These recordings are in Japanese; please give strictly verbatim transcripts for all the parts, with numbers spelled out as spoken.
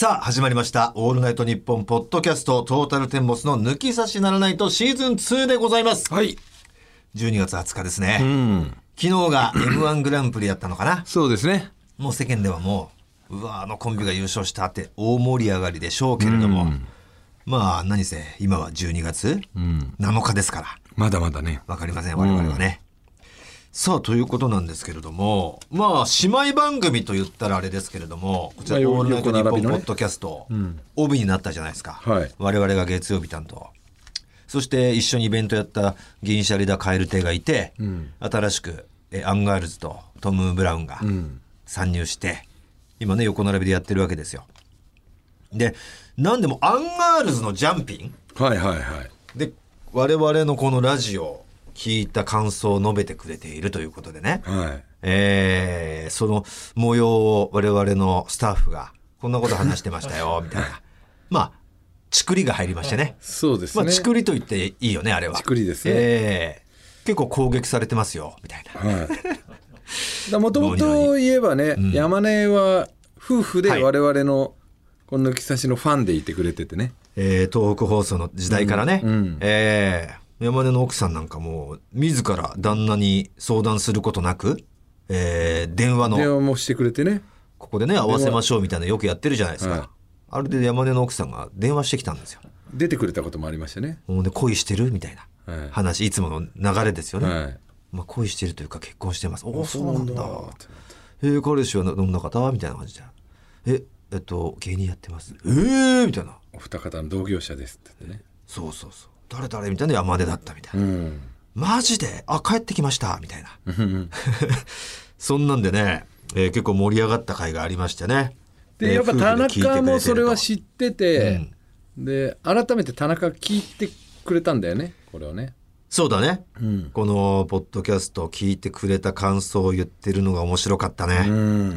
さあ始まりましたオールナイトニッポンポッドキャストトータルテンボスの抜き差しならないとシーズンツーでございます。 はい、 じゅうにがつはつかですね、 うん、 昨日が エムワン グランプリやったのかな。 そうですね。 もう世間ではもううわあのコンビが優勝したって大盛り上がりでしょうけれども、うん、まあ何せ今はじゅうにがつなのかですから、 うん、まだまだねわかりません我々はね、うんさあということなんですけれども、まあ姉妹番組と言ったらあれですけれども、こちらオールナイトニッポンポッドキャスト、うん、帯になったじゃないですか、はい、我々が月曜日担当、そして一緒にイベントやった銀シャリだカエル亭がいて、うん、新しくえアンガールズとトム・ブラウンが参入して、うん、今ね横並びでやってるわけですよ。でなんでもアンガールズのジャンピン、 はいはいはい、 で我々のこのラジオ聞いた感想を述べてくれているということでね、はいえー、その模様を我々のスタッフがこんなこと話してましたよみたいなまあチクリが入りましてね。 そうですね、 まあ、チクリと言っていいよねあれは。 チクリですね、 えー、結構攻撃されてますよみたいな。もともと言えばね、うん、山根は夫婦で我々のこの抜き差しのファンでいてくれててね、 えー、東北放送の時代からね、うんうんえー山根の奥さんなんかも自ら旦那に相談することなく、えー、電話の電話もしてくれてね、 ここでね合わせましょうみたいなよくやってるじゃないですか、はい、あれで山根の奥さんが電話してきたんですよ。 出てくれたこともありましたね。 もうね恋してるみたいな話、はい、いつもの流れですよね、はいまあ、恋してるというか結婚してます。おおそうなんだ。えー、彼氏はどんな方みたいな感じで、ええっと芸人やってます。えーみたいな、 お二方の同業者ですってね。 そうそうそう、誰誰みたいな山根だったみたいな、うん、マジであ帰ってきましたみたいなそんなんでね、えー、結構盛り上がった回がありましてね。 でやっぱ田中もそれは知ってて、うん、で改めて田中聞いてくれたんだよねこれをね。 そうだね、うん、このポッドキャストを聞いてくれた感想を言ってるのが面白かったね、うん、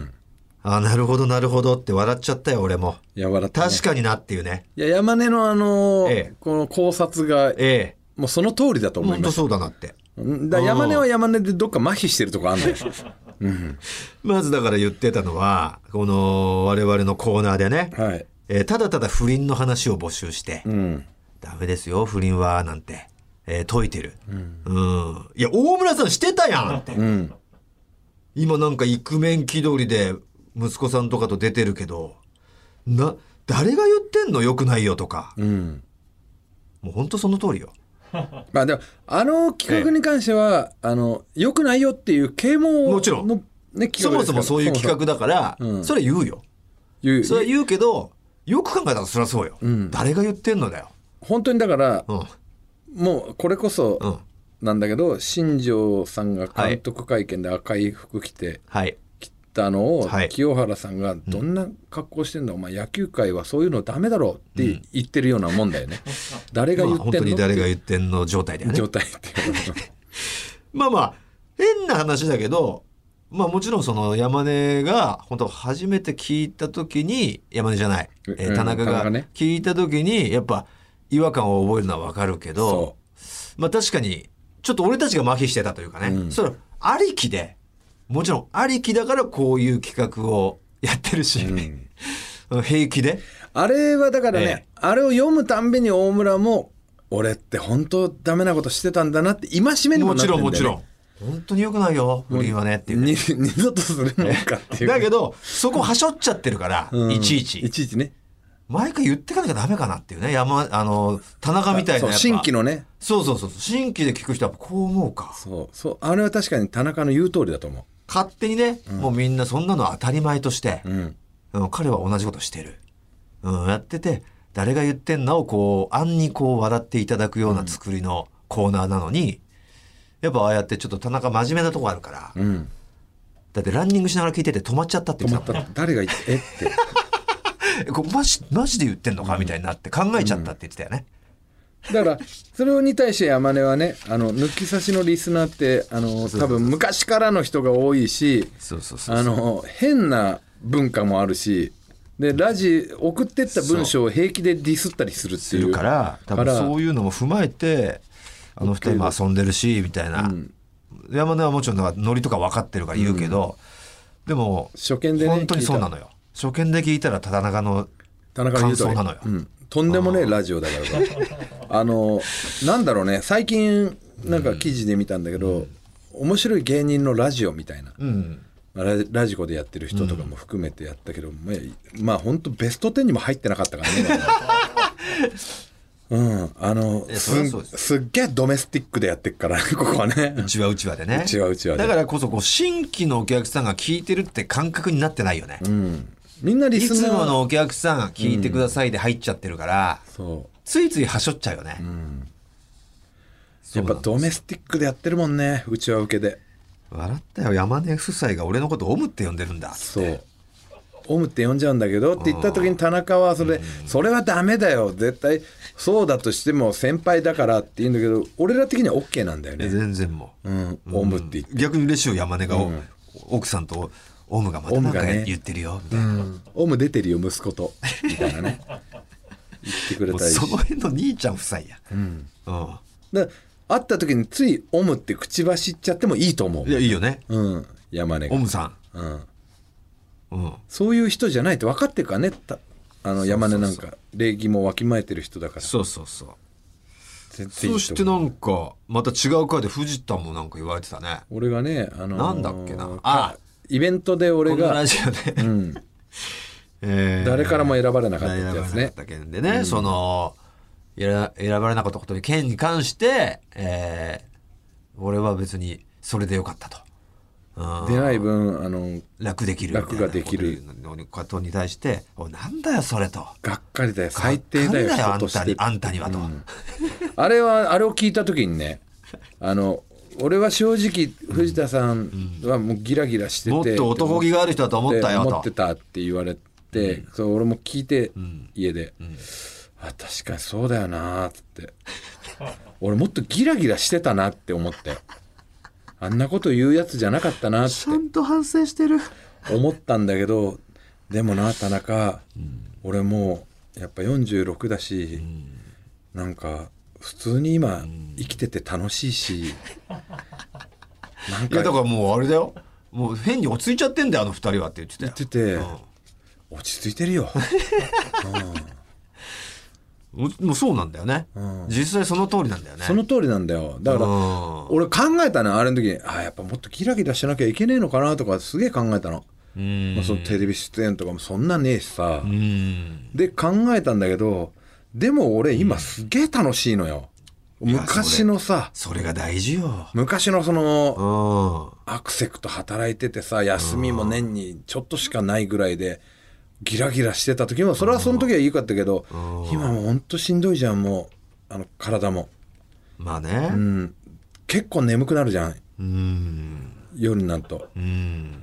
あなるほどなるほどって笑っちゃったよ俺も。 いや笑ったね、 確かになっていうね。 いや山根のあのーええ、この考察が、ええ、もうその通りだと思います。 本当そうだなって。 だ山根は山根でどっか麻痺してるとこあんのよ、うん、 まずだから言ってたのはこの我々のコーナーでね、はいえー、ただただ不倫の話を募集して、うん、ダメですよ不倫はなんて、えー、解いてる、うんうん、いや大村さんしてたやんって、うん、今なんかイクメン気取りで息子さんとかと出てるけどな誰が言ってんのよくないよとか、うん、もう本当その通りよ。 まあでもあの企画に関しては、ええ、あのよくないよっていう啓蒙の、 もちろん、ね、そもそもそういう企画だから、うん、それは言うよ言うそれは言うけどよく考えたらそりゃそうよ、うん、誰が言ってんのだよ本当に。だから、うん、もうこれこそなんだけど、うん、新庄さんが監督会見で赤い服着て、はいたのを、はい、清原さんがどんな格好してんだ、うん、お前野球界はそういうのダメだろうって言ってるようなもんだよね、うん、誰が言ってんの、まあ、 本当に誰が言ってんの状態だよね状態っていうまあまあ変な話だけど、まあもちろんその山根が本当初めて聞いた時に山根じゃない、えー、田中が聞いた時にやっぱ違和感を覚えるのは分かるけど、まあ確かにちょっと俺たちが麻痺してたというかね、うん、それありきでもちろんありきだからこういう企画をやってるし、うん、平気であれはだからね、えー、あれを読むたんびに大村も俺って本当ダメなことしてたんだなって戒めにもなってるんだよね。 もちろんもちろん本当に良くないよ不倫はねっていう、ね、 二度とするもんかっていうだけどそこはしょっちゃってるから、うん、いちいちいちいちね毎回言ってかなきゃダメかなっていうね。山あの田中みたいなやっぱ新規のねそうそうそう新規で聞く人はこう思うか。 そうそうあれは確かに田中の言う通りだと思う。 勝手にね、うん、もうみんなそんなの当たり前として、うんうん、彼は同じことしてる、うん、やってて誰が言ってんのをこう暗にこう笑っていただくような作りのコーナーなのに、やっぱああやってちょっと田中真面目なとこあるから、うん、だってランニングしながら聞いてて止まっちゃったって言ってたもん。 誰が言ってえってこマジマジで言ってんのかみたいになって考えちゃったって言ってたよね、 だからそれに対して山根はねあの抜き差しのリスナーってあの多分昔からの人が多いしあの変な文化もあるしでラジ送ってった文章を平気でディスったりするっていうから多分そういうのも踏まえてあの二人も遊んでるしみたいな、うん、山根はもちろんノリとか分かってるから言うけど、うん、でも初見で、ね、 本当にそうなのよ。初見で聞いたら田中の田中の言う通り感想なのよ、 うん、とんでもねえラジオだからあのなんだろうね、最近なんか記事で見たんだけど、うん、面白い芸人のラジオみたいな、うん、ラ, ラジコでやってる人とかも含めてやったけど、うん、まあ本当ベストじゅうにも入ってなかったからねうん、あの す, すっげえドメスティックでやってっからここはね、 うちはうちわでね、 うちはうちわで、 だからこそこう新規のお客さんが聞いてるって感覚になってないよね、 うん、みんなリスナー、 いつものお客さん聞いてくださいで入っちゃってるから、うん、そうついついはしょっちゃうよね、うん、 やっぱドメスティックでやってるもんね、うちは受けで。 笑ったよ、山根夫妻が俺のことオムって呼んでるんだって。 そうオムって呼んじゃうんだけどって言った時に田中はそれ、うん、それはダメだよ絶対そうだとしても先輩だからって言うんだけど、俺ら的には OK なんだよね。 全然もう、うん、 オムって言って、 うん、逆に嬉しいよ、山根が、うん、奥さんとオムがまたなんか言ってるよみたいな、ね、うん、 オム出てるよ息子とみたいなね言ってくれたり、 その辺の兄ちゃん夫妻や、うんうん、だ会った時についオムって口走っちゃってもいいと思う。 いやいいよね、 うん、山根がオムさん、 うんうん、そういう人じゃないと分かってるからね、あの山根なんか礼儀もわきまえてる人だから。 そうそうそう、全然いい。そしてなんかまた違う回で藤田もなんか言われてたね。 俺がね、あのー、 なんだっけな、あイベントで俺がこのラジオで、うんえー、誰からも選ばれなかったってやつね。選ばれなかった件でね、うん、その選ばれなかったことに件に関して、えー、俺は別にそれでよかったと。 出ない分あの楽できる楽ができることに対しておなんだよそれと、 がっかりだよ最低だよ人としてあんたにはと、うん、 あれはあれを聞いた時にね、あの俺は正直藤田さんはもうギラギラしてて、うんうん、 もっと男気がある人だと思ったよと思ってたって言われて、うん、そう俺も聞いて、うん、家で、うん、あ確かにそうだよなーっつって俺もっとギラギラしてたなって思って、あんなこと言うやつじゃなかったなってちゃんと反省してる思ったんだけど、でもな田中、うん、俺もうやっぱよんじゅうろくだし、うん、なんか普通に今生きてて楽しいし、うん、 なんかいやだからもうあれだよ、もう変に落ち着いちゃってんだよあの二人はって言ってたよ。 言ってて、うん、落ち着いてるよ、うんもうそうなんだよね、うん、実際その通りなんだよね。 その通りなんだよ。だから俺考えたのあれの時に、あやっぱもっとギラギラしなきゃいけねえのかなとかすげえ考えたの。うん、まあ、そのテレビ出演とかもそんなねえしさ、うん、で考えたんだけど、でも俺今すげえ楽しいのよ、うん、昔のさそ, それが大事よ。 昔のそのアクセクと働いててさ、休みも年にちょっとしかないぐらいでギラギラしてた時もそれはその時はいいかったけど、今もうほんとしんどいじゃん、もうあの体も。 まあね、 うん、結構眠くなるじゃん、うん、夜になると、うん、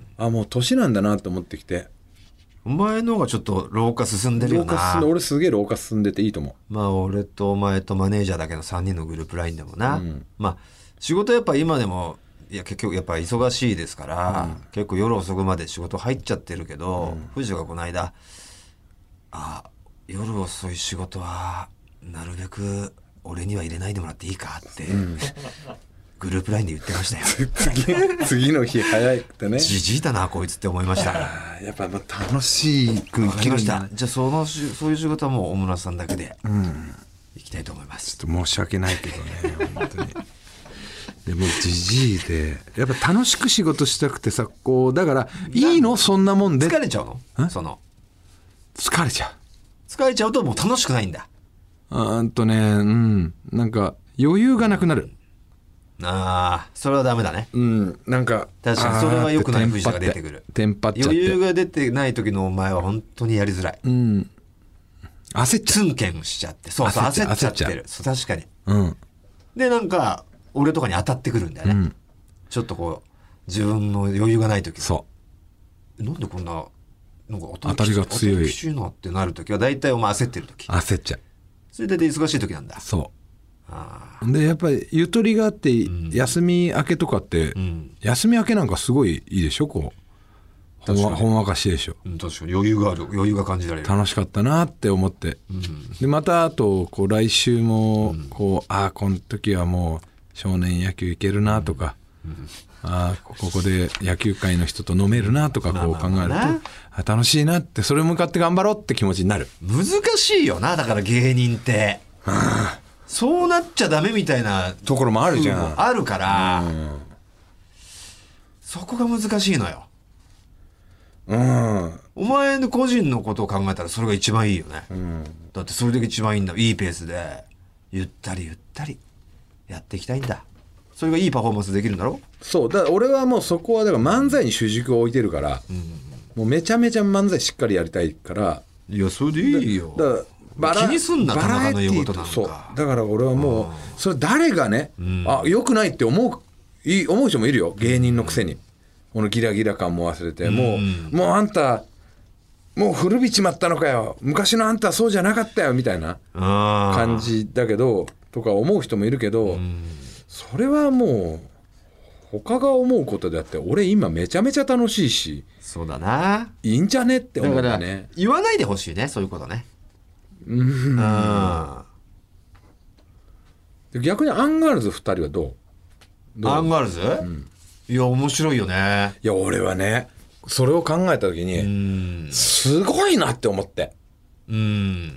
あもう年なんだなと思ってきて。 お前の方がちょっと老化進んでるよな。 老化進んで、俺すげえ老化進んでていいと思う。 まあ俺とお前とマネージャーだけのさんにんのグループラインでもな、うん、まあ仕事やっぱ今でもいや結局やっぱ忙しいですから、うん、結構夜遅くまで仕事入っちゃってるけど、うん、藤田がこの間あ夜遅い仕事はなるべく俺には入れないでもらっていいかって、うん、グループラインで言ってましたよ次, 次の日早くてね、 じじいだなこいつって思いました。 やっぱ楽しく生きるんだ、 ね、じゃあそのそういう仕事はもう大村さんだけでいきたいと思います、 ちょっと申し訳ないけどね本当にでもじじいでやっぱ楽しく仕事したくてさ、こうだからいいのそんなもんで疲れちゃうの？その疲れちゃう疲れちゃうともう楽しくないんだ。 うんとね、うんなんか余裕がなくなる。 ああそれはダメだね。 うんなんか確かにそれは良くない藤田が出てくる。 テンパっちゃって余裕が出てない時のお前は本当にやりづらい。うん焦っちゃう。 ツンケンしちゃって、そうそう焦っちゃってる。そう確かに。 うんでなんか俺とかに当たってくるんだよね、うん、ちょっとこう自分の余裕がない時。 そうなんでこんななんか当たりが強い当たりきしいなってなる時は大体お前焦ってる時。 焦っちゃう。 それで忙しい時なんだ。 そうあでやっぱりゆとりがあって、うん、休み明けとかって、うん、休み明けなんかすごいいいでしょ、こうほんわ、ほんわかしいでしょ、 うん、確かに余裕がある、余裕が感じられる。 楽しかったなって思って、うん、でまたあとこう来週もこう、うん、ああこの時はもう少年野球行けるなとか、うんうん、あここで野球界の人と飲めるなとかこう考えると、 楽しいなって、それを向かって頑張ろうって気持ちになる。 難しいよな、だから芸人って、はあ、そうなっちゃダメみたいなところもあるじゃん。 あるから、うん、そこが難しいのよ。うん、お前の個人のことを考えたらそれが一番いいよね、うん、だってそれだけ一番いいんだ。いいペースでゆったりゆったりやっていきたいんだ。それがいいパフォーマンスできるんだろ。 そうだから俺はもうそこはだから漫才に主軸を置いてるから、うん、もうめちゃめちゃ漫才しっかりやりたいから。 いやそれでいいよ。だからバラ気にすんな、田中の言うことなんか。 そうだから俺はもうそれ誰がね、うん、あ良くないって思うい思う人もいるよ、芸人のくせに、うん、このギラギラ感も忘れて、うん、もうもうあんたもう古びちまったのかよ、昔のあんたはそうじゃなかったよみたいな感じだけどとか思う人もいるけど、うん、それはもう他が思うことであって、俺今めちゃめちゃ楽しいし、 そうだないいんじゃねって思うんだね。 言わないでほしいね、そういうことね。うん、あ逆にアンガールズふたりはどう？どうアンガールズ、うん、いや面白いよね。 いや俺はねそれを考えた時にすごいなって思って、うん、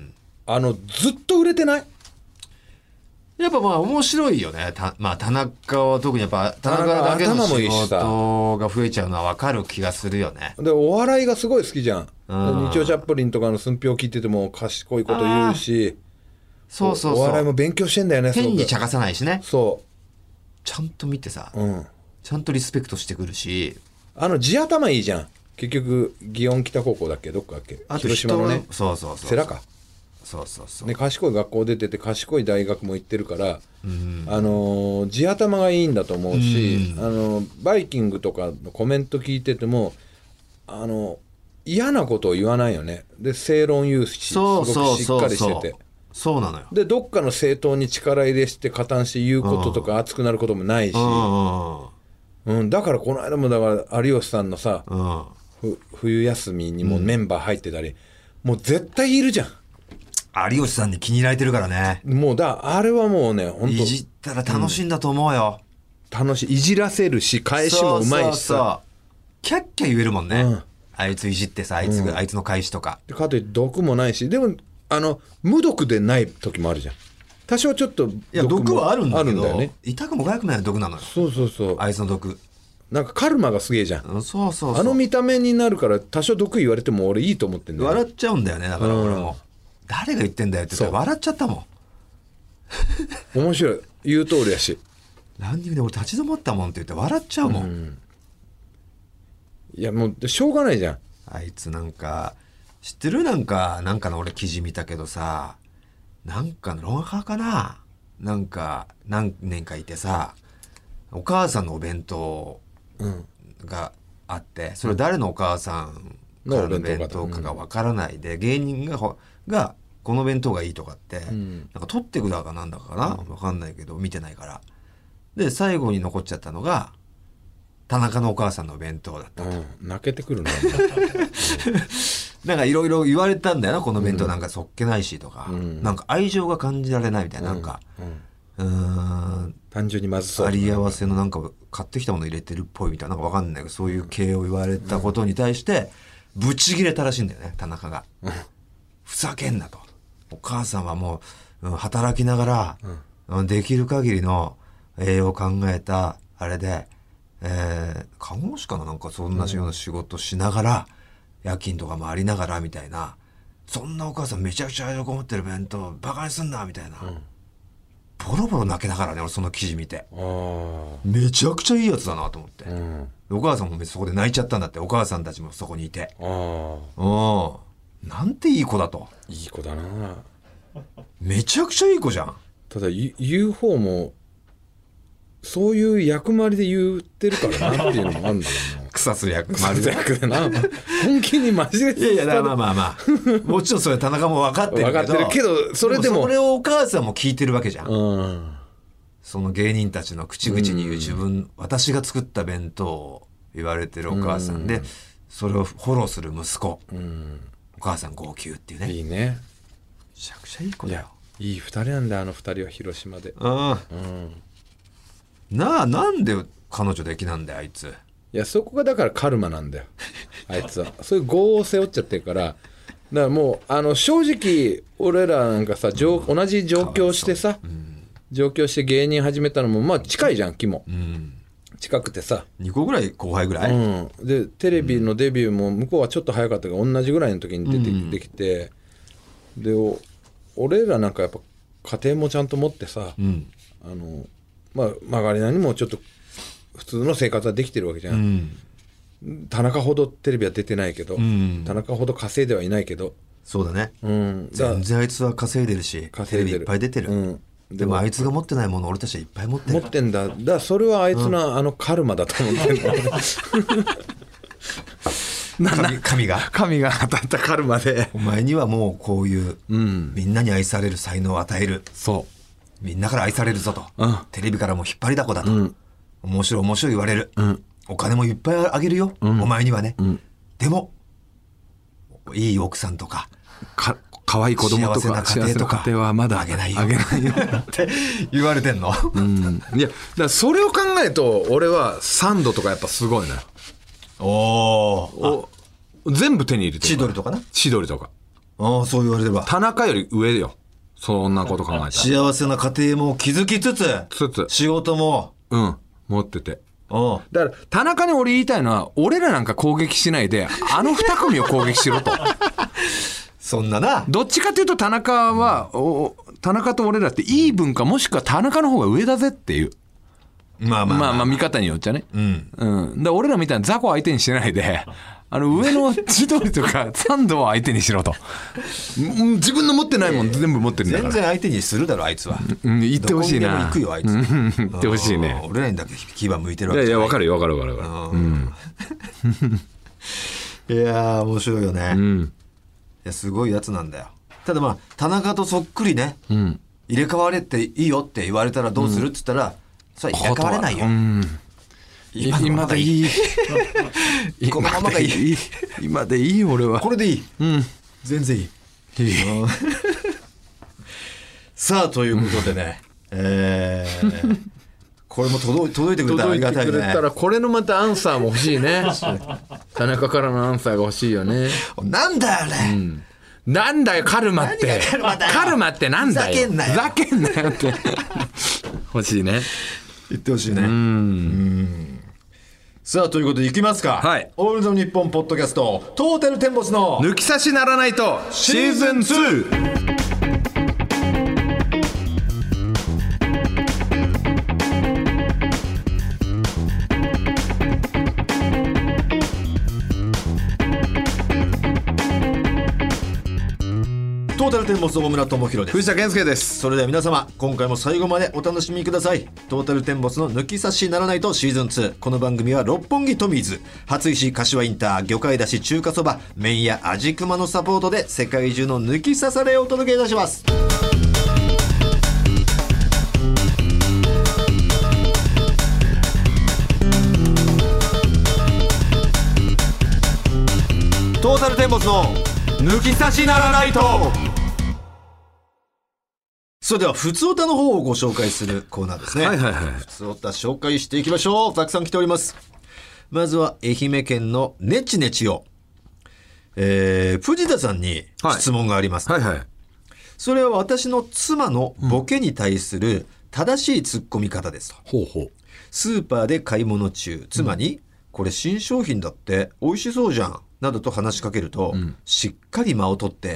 あのずっと売れてない？ やっぱまあ面白いよね。た、まあ、田中は特にやっぱ田中だけの仕事が増えちゃうのは分かる気がするよね。 でお笑いがすごい好きじゃん。日曜チャップリンとかの寸評を聞いてても賢いこと言うし、 そうそうそう、 お笑いも勉強してんだよね。 変に茶化さないしね。 そうちゃんと見てさ、うん、ちゃんとリスペクトしてくるし、 あの地頭いいじゃん。結局祇園北高校だっけ、どっかだっけ、 あと広島のね、そうそうそう、 世良か、 そうそうそう、 ね、賢い学校出てて賢い大学も行ってるから、うん、あの地頭がいいんだと思うし、うん、あのバイキングとかのコメント聞いててもあの嫌なことを言わないよね。で正論言うし、すごくしっかりしてて、 そうなのよ。 でどっかの政党に力入れして加担して言うこととか熱くなることもないし、うん、だからこの間もだから有吉さんのさ、ふ冬休みにもメンバー入ってたり、うん、もう絶対いるじゃん。 有吉さんに気に入られてるからね。 もうだあれはもうね、本当いじったら楽しいんだと思うよ、 うん、楽しい、いじらせるし返しもうまいしさ、そうそうそう、 キャッキャ言えるもんね、うん、あいついじってさ、あいつ、うん、あいつの返しとかで、かといって毒もないし、でもあの無毒でない時もあるじゃん。多少ちょっと毒も、 いや毒はあるんだけど、あるんだよね、痛くも痒くない毒なのよ。 そうそうそう、 あいつの毒なんかカルマがすげえじゃん。 そうそうそう、 あの見た目になるから多少毒言われても俺いいと思ってんだよ、ね、 笑っちゃうんだよね。だから俺も、うん、誰が言ってんだよって言って笑っちゃったもん面白い、言う通りやし、 何にもね、俺立ち止まったもんって言って笑っちゃうもん、うん、 いやもうしょうがないじゃん。 あいつなんか知ってる？なんかなんかの俺記事見たけどさ、なんかのロンハーかな、なんか何年かいてさ、お母さんのお弁当があって、それ誰のお母さんからの弁当かが分からないで、芸人ががこの弁当がいいとかって、うん、なんか取ってくだかなんだかな、分かんないけど見てないから、で最後に残っちゃったのが田中のお母さんの弁当だったと、 うん、泣けてくるななんかいろいろ言われたんだよな、この弁当なんかそっけないしとか、うん、なんか愛情が感じられないみたいな、なんか、うんうん、うーん単純にまずそう、 あり合わせのなんか買ってきたもの入れてるっぽいみたいな、なんか分かんないけど、そういう系を言われたことに対してブチギレたらしいんだよね、田中が、うん、ふざけんなと、お母さんはもう、うん、働きながら、うん、できる限りの栄養を考えたあれで、えー、看護師かな、なんかそんなような仕事しながら、うん、夜勤とかもありながらみたいな、そんなお母さんめちゃくちゃ愛情こもってる弁当バカにすんなみたいな、うん、ボロボロ泣けながらね、俺その記事見て、めちゃくちゃいいやつだなと思って、うん、お母さんも別にそこで泣いちゃったんだって、お母さんたちもそこにいて、ああなんていい子だと、 いい子だな、 めちゃくちゃいい子じゃん。 ただ言う方もそういう役回りで言ってるからなっていうのもあるんだよな草する役回りでな本気にマジで、 いやいやまあまあまあもちろんそれ田中も分かってるけど、 分かってるけど、それでもそれをお母さんも聞いてるわけじゃん、うん、その芸人たちの口々に言う自分、うん、私が作った弁当を言われてるお母さんで、うん、それをフォローする息子、うん、お母さん号泣っていうね、 いいね、 めちゃくちゃいい子だよ。 いやいいふたりなんだよ、あのふたりは広島で。ああ、うん、 なあ、なんで彼女できなんだよあいつ。 いやそこがだからカルマなんだよあいつは。そういう業を背負っちゃってるから、だからもうあの正直俺らなんかさ、同じ上京してさ、うん、上京して芸人始めたのもまあ近いじゃん、木も、うん、近くてさにこぐらい後輩ぐらい、 うん、でテレビのデビューも向こうはちょっと早かったけど同じぐらいの時に出て、うん、できて、で俺らなんかやっぱ家庭もちゃんと持ってさ、うん、あのまあ曲がりなりにもちょっと普通の生活はできてるわけじゃん、うん、田中ほどテレビは出てないけど、うん、田中ほど稼いではいないけど、 そうだね、うん、全然あいつは稼いでるしテレビいっぱい出てる、うん、でもあいつが持ってないもの俺たちはいっぱい持ってる持ってんだ。だからそれはあいつの、うん、あのカルマだと思ってんだ神, 神が神が当たったカルマで、 お前にはもうこういう、うん、みんなに愛される才能を与える、そうみんなから愛されるぞと、うん、テレビからも引っ張りだこだと、うん、面白い面白い言われる、うん、お金もいっぱいあげるよ、うん、お前にはね、うん、でもいい奥さんとかか可愛い子供とか幸せな家庭とか家庭はまだあげないよあげないよって言われてんの、 うん、いやだからそれを考えると俺はサンドとかやっぱすごいな。おお全部手に入れてる。 千鳥とかな、 千鳥とか、 ああそう言われれば田中より上よ、そんなこと考えたら。 幸せな家庭も築きつつつつ仕事もうん持ってて、おだから田中に俺言いたいのは、俺らなんか攻撃しないであの二組を攻撃しろとそんなな、 どっちかというと田中は、うん、お田中と俺らっていい文化、もしくは田中の方が上だぜっていう、まあまあまあ、まあ、まあ見方によっちゃね、うんうん、だ俺らみたいな雑魚相手にしないであの上の千鳥とかサンドを相手にしろと自分の持ってないもん全部持ってるんだから、 全然相手にするだろあいつは、 うん、言ってほしいな、 どこにでも行くよあいつ言ってほしいね。 俺らにだけ牙向いてるわけじゃない。 いやいや分かるよ分かる分かる分かる、うん、 いや面白いよね、うん、いやすごいやつなんだよ。ただまあ田中とそっくりね、うん、入れ替われっていいよって言われたらどうするって言ったら、うん、それは入れ替われないよ、うん、 今のままがいいこのままがいい今でいい俺はこれでいい、うん、全然いい、いいさあということでね、うん、えー、これも届い、届いてくれたらありがたいね。届いてくれたらこれのまたアンサーも欲しいね田中からのアンサーが欲しいよね。 なんだよね、うん、 なんだよカルマって、カルマだよ、カルマってなんだよ、ふざけんなよふざけんなよって欲しいね、 言ってほしいね。うんうん、さあということでいきますか、はい、オールドニッポンポッドキャストトータルテンボスの抜き差しならないとシーズンツー。 トータルテンボス大村智弘です。 藤田健介です。 それでは皆様今回も最後までお楽しみください。トータルテンボスの抜き差しならないとシーズンツー。この番組は六本木トミーズ、初石柏インター、魚介だし中華そば、麺屋味熊のサポートで世界中の抜き差されをお届けいたします。トータルテンボスの抜き差しならないと。それではふつおたの方をご紹介するコーナーですね。はいはいはい。ふつおた紹介していきましょう。たくさん来ております。まずは愛媛県のねちねちよ、えー、藤田さんに質問があります、はいはいはい。それは私の妻のボケに対する正しいツッコミ方ですと、うん、ほうほう。スーパーで買い物中、妻に、うん、これ新商品だって美味しそうじゃんなどと話しかけると、うん、しっかり間を取って、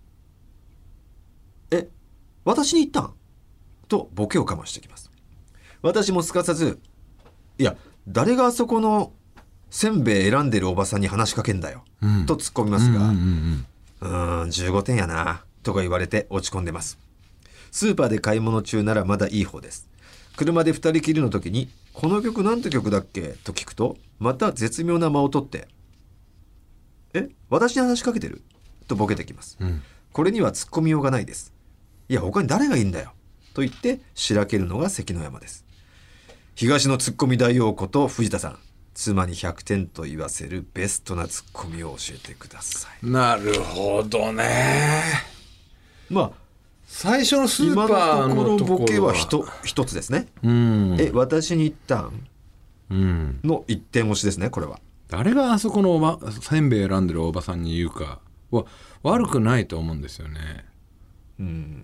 え、私に言ったんとボケをかましてきます。私もすかさず、いや誰があそこのせんべい選んでるおばさんに話しかけんだよ、うん、と突っ込みますが、うんうんうん、うーんじゅうごてんやなとか言われて落ち込んでます。スーパーで買い物中ならまだいい方です。車で二人きりの時にこの曲なんて曲だっけと聞くとまた絶妙な間を取って、え、私に話しかけてるとボケてきます、うん、これには突っ込みようがないです。いや他に誰がいいんだよと言ってしらけるのが関の山です。東のツッコミ大王こと藤田さん、妻にひゃくてんと言わせるベストなツッコミを教えてください。 なるほどね。まあ最初のスーパーのところボケは一つですね。うん、え、私に言ったんの一点押しですねこれは。 誰があそこのおばせんべい選んでるおばさんに言うかは悪くないと思うんですよね。うん、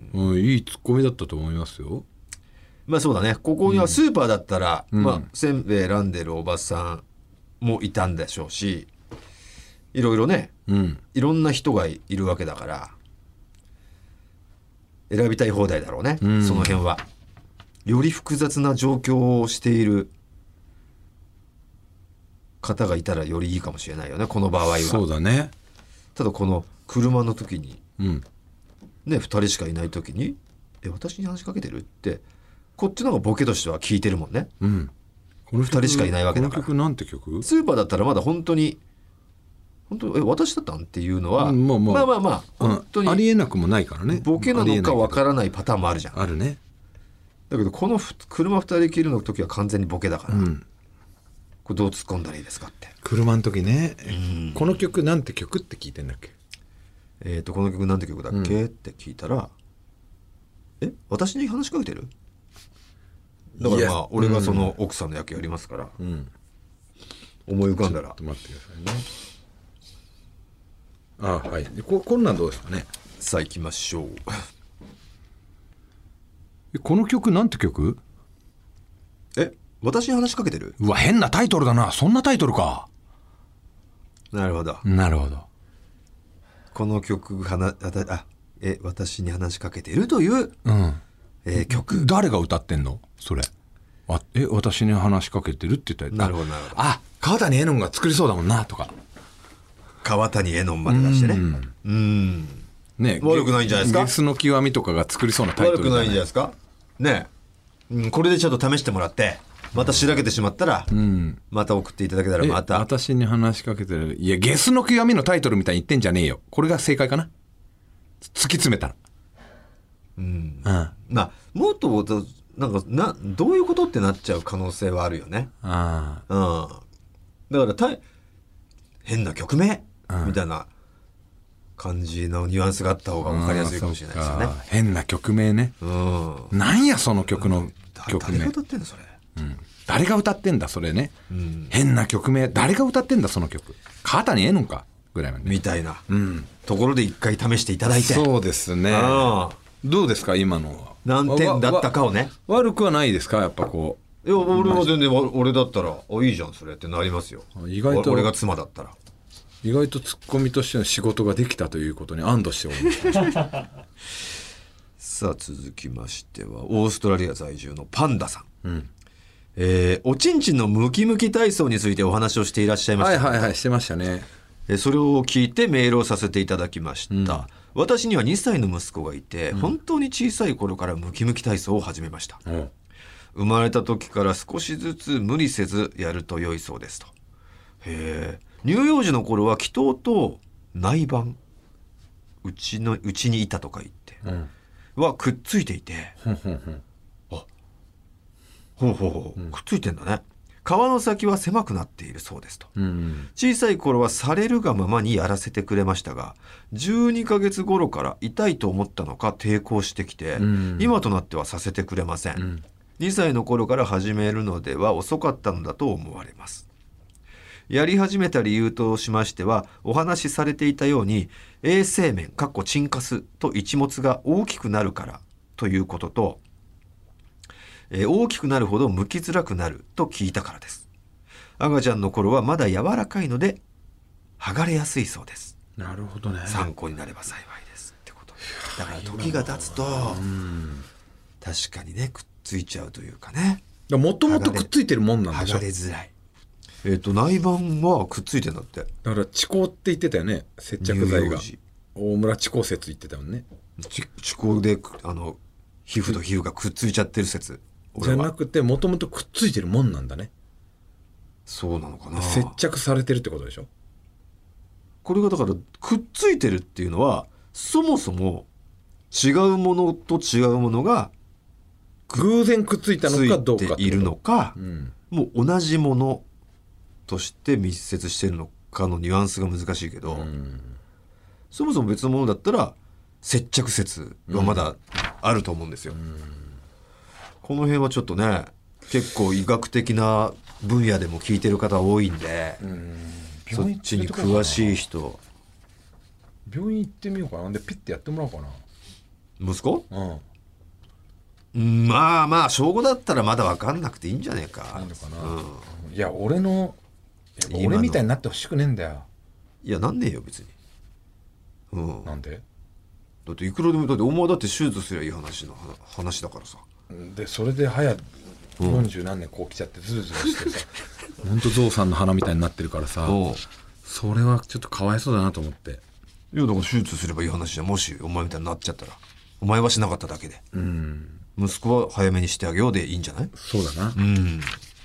うん、いいツッコミだったと思いますよ。 まあそうだね。ここにはスーパーだったら、うん、まあせんべい選んでるおばさんもいたんでしょうし、いろいろね、うん、いろんな人がいるわけだから選びたい放題だろうね、うん、その辺は。より複雑な状況をしている方がいたらよりいいかもしれないよねこの場合は。 そうだね。 ただこの車の時に、うん、ねふたりしかいない時にえ私に話しかけてるってこっちの方がボケとしては聞いてるもんね、うん、このふたりしかいないわけだから。 この曲なんて曲？ スーパーだったらまだ本当に本当え私だったんっていうのは、うん、まあまあまあ、まあまあ、本当にありえなくもないからね。 ボケなのかわからないパターンもあるじゃん。 あるね。 だけどこの車ふたりきりの時は完全にボケだから、うん、これどう突っ込んだらいいですかって。 車の時ね、うん、この曲なんて曲って聞いてんだっけ。 えーとこの曲なんて曲だっけ、うん、って聞いたらえ私に話しかけてるだからまあ俺がその奥さんの役やりますから、うん、思い浮かんだら。ちょっと待ってくださいね。あはい。ここんなんどうですかね。 さあ行きましょう。 この曲なんて曲？ え私に話しかけてる？ うわ変なタイトルだな。そんなタイトルか。 なるほどなるほど。 この曲はなあえ私に話しかけてるという、うんえー、曲。 誰が歌ってんのそれ。あえ私に話しかけてるって言ったら。 なるほどなるほど。 あ川谷絵音が作りそうだもんなとか。 川谷絵音まで出してね。うんうんね悪くないんじゃないですか。 ゲスの極みとかが作りそうなタイトル。 悪くないんじゃないですかね、うん、これでちょっと試してもらってまたしらけてしまったら、うん、また送っていただけたらまた。 私に話しかけてる。いやゲスの極みのタイトルみたいに言ってんじゃねえよ。これが正解かな突き詰めたら。 うん、うん、まあもっとなんかなどういうことってなっちゃう可能性はあるよね。あ、うん、だからた変な曲名、うん、みたいな感じのニュアンスがあった方が分かりやすいかもしれないですよね。 変な曲名ね、うん、なんやその曲の曲名。 誰が歌ってんだそれ、 うん、誰が歌ってんだそれね、うん、変な曲名誰が歌ってんだその曲。川谷絵音かぐらいまで、ね、 みたいな、うん、ところで一回試していただいて。 そうですね。どうですか今のは何点だったかをね。 悪くはないですかやっぱこう。いや俺は全然俺だったらあいいじゃんそれってなりますよ。意外と俺が妻だったら意外とツッコミとしての仕事ができたということに安堵しておりますさあ続きましてはオーストラリア在住のパンダさん、うんえー、おちんちんのムキムキ体操についてお話をしていらっしゃいました、 ね、はいはいはいしてましたね。 えー、それを聞いてメールをさせていただきました、うん、私にはにさいの息子がいて、うん、本当に小さい頃からムキムキ体操を始めました、うん、生まれた時から少しずつ無理せずやると良いそうですと。へー乳幼児の頃は気筒と内板うちのうちにいたとか言って、うん、はくっついていてあほうほうほう、うん、くっついてんだね。皮の先は狭くなっているそうですと、うんうん、小さい頃はされるがままにやらせてくれましたがじゅうにかげつ頃から痛いと思ったのか抵抗してきて、うん、今となってはさせてくれません、うん、にさいの頃から始めるのでは遅かったのだと思われます。やり始めた理由としましてはお話しされていたように衛生面チンカスと一物が大きくなるからということと、えー、大きくなるほど剥きづらくなると聞いたからです。赤ちゃんの頃はまだ柔らかいので剥がれやすいそうです。 なるほどね。 参考になれば幸いですってこと。だから時が経つと確かにねくっついちゃうというかね。 もともとくっついてるもんなんでしょ。 剥がれづらい。えー、と内板はくっついてんだって。 だから遅行って言ってたよね。接着剤が大村遅行説言ってたもんね。 遅行であの皮膚と皮膚がくっついちゃってる説じゃなくてもともとくっついてるもんなんだね。 そうなのかな。 接着されてるってことでしょ。 これがだからくっついてるっていうのはそもそも違うものと違うものが偶然くっついたのかどうかっているのか、うん、もう同じものとして密接しているのかのニュアンスが難しいけど、うん、そもそも別のものだったら接着説はまだあると思うんですよ、うん、この辺はちょっとね結構医学的な分野でも聞いてる方多いんで、うん、そっちに詳しい人病院行ってみようかな。でピッてやってもらおうかな。 息子？うん、まあまあ小ごだったらまだ分かんなくていいんじゃねえか。 なんでかな、うん、いや俺の俺みたいになってほしくねえんだよ。 いやなんねえよ別に、 うん、なんで？ だっていくらでもだってお前だって手術すりゃいい話の話だからさ。 でそれで早よんじゅう何年こう来ちゃってズルズルしてさほんとゾウさんの鼻みたいになってるからさ、それはちょっとかわいそうだなと思って。 いやだから手術すればいい話じゃん。もしお前みたいになっちゃったらお前はしなかっただけで、うん、息子は早めにしてあげようでいいんじゃない？ そうだな。 うん。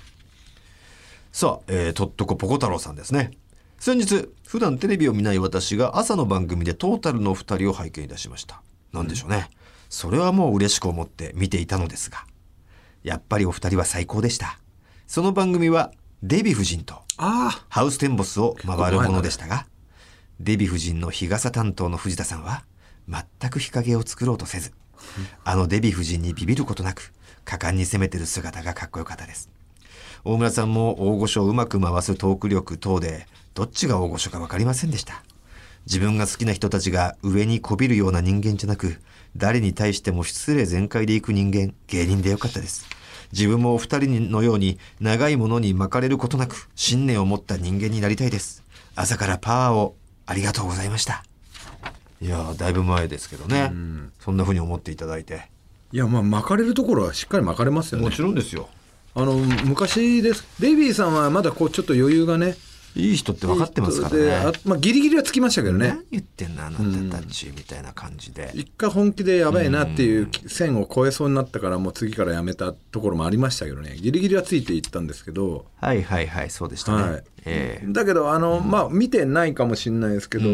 さあ、えー、とっとこぽこ太郎さんですね。先日普段テレビを見ない私が朝の番組でトータルのお二人を拝見いたしました。なんでしょうね、うん、それはもう嬉しく思って見ていたのですが、やっぱりお二人は最高でした。その番組はデヴィ夫人とハウステンボスを回るものでしたが、デヴィ夫人の日傘担当の藤田さんは全く日陰を作ろうとせず、あのデヴィ夫人にビビることなく果敢に攻めてる姿がかっこよかったです。大村さんも大御所をうまく回すトーク力等でどっちが大御所か分かりませんでした。自分が好きな人たちが上にこびるような人間じゃなく、誰に対しても失礼全開でいく人間、芸人でよかったです。自分もお二人のように長いものに巻かれることなく信念を持った人間になりたいです。朝からパワーをありがとうございました。いやだいぶ前ですけどね、うん、そんな風に思っていただいて。 いやまあ巻かれるところはしっかり巻かれますよね。 もちろんですよ。 あの昔です。デビーさんはまだこうちょっと余裕がね、 いい人って分かってますからね。 あ、まあ、ギリギリはつきましたけどね。 何言ってんのあなたたちみたいな感じで、 うん、一回本気でやばいなっていう線を越えそうになったからもう次からやめたところもありましたけどね。ギリギリはついていったんですけど。 はいはいはいそうでしたね、はいえー、だけどあの、うん、まあ見てないかもしれないですけど、うん、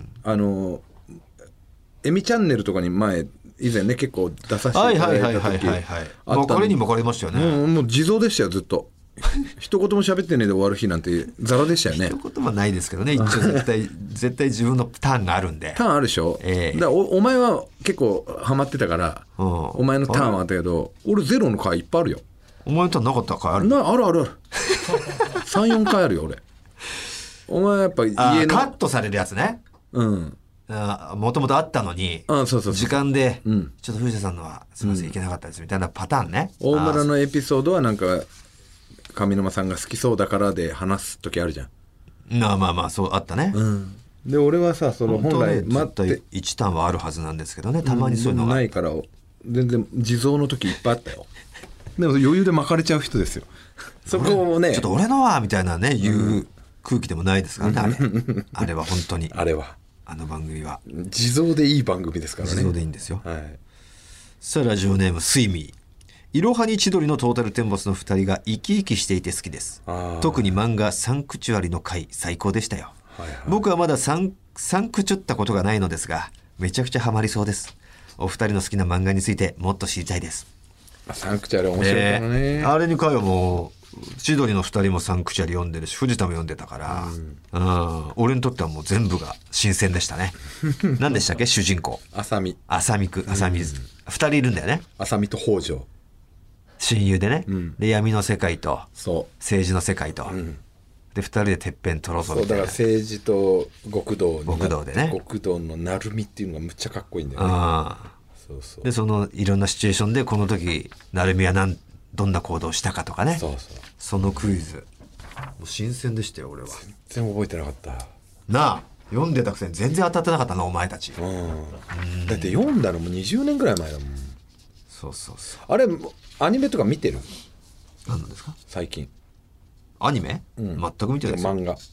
あのエミチャンネルとかに前以前ね結構出させていただいた時あった。彼にもかれましたよね、 うん、もう地蔵でしたよずっと一言も喋ってねえで終わる日なんてザラでしたよね。 一言もないですけどね。一応絶対絶対自分のターンがあるんで。 ターンあるでしょ、えー、だから お, お前は結構ハマってたから、うん、お前のターンはあったけど俺ゼロの回いっぱいあるよ。 お前のターンなかった回ある？ なあるあるあるさん、よんかいあるよ俺。お前やっぱ家のカットされるやつね。うんもともとあったのにあそうそうそう時間で、うん、ちょっと藤田さんのはすみません、うん、いけなかったですみたいなパターンね。 大村のエピソードはなんか上沼さんが好きそうだからで話す時あるじゃん。 まあまあまあそうあったね、 うん、で俺はさその本来待っていちターンはあるはずなんですけどね、たまにそういうのが、 うん、ないから全然地蔵の時いっぱいあったよでも余裕で巻かれちゃう人ですよそこをねちょっと俺のはみたいなね言う空気でもないですからね、あれあれは本当にあれはあの番組は地蔵でいい番組ですからね。 地蔵でいいんですよ、はい、さあラジオネームスイミー。いろはに千鳥のトータルテンボスのふたりが生き生きしていて好きです。特に漫画サンクチュアリの回最高でしたよ、はいはい、僕はまだサン、サンクチュったことがないのですがめちゃくちゃハマりそうです。お二人の好きな漫画についてもっと知りたいです。 サンクチュアリ面白いからね、 えー、あれに回はもう千鳥のふたりもサンクチュアリ読んでるし藤田も読んでたから、うんうん、俺にとってはもう全部が新鮮でしたね何でしたっけ主人公浅見浅見く浅見ふたりいるんだよね。 浅見と北条親友でね、うん、で闇の世界と政治の世界と、うん、でふたりでてっぺん取ろうぞみたいな。 そうだから政治と極道に極道でね極道の成海っていうのがむっちゃかっこいいんだよね。あそうそうでそのいろんなシチュエーションでこの時成海は何どんな行動をしたかとかね。そうそうそのクイズもう新鮮でしたよ俺は。 全然覚えてなかったなあ。読んでたくせに全然当たってなかったなお前たち、うんうん、だって読んだのもにじゅうねんぐらい前だもん。 そうそうそう。 あれアニメとか見てる？ 何なんですか最近。 アニメ、うん、全く見てないですよ。 漫画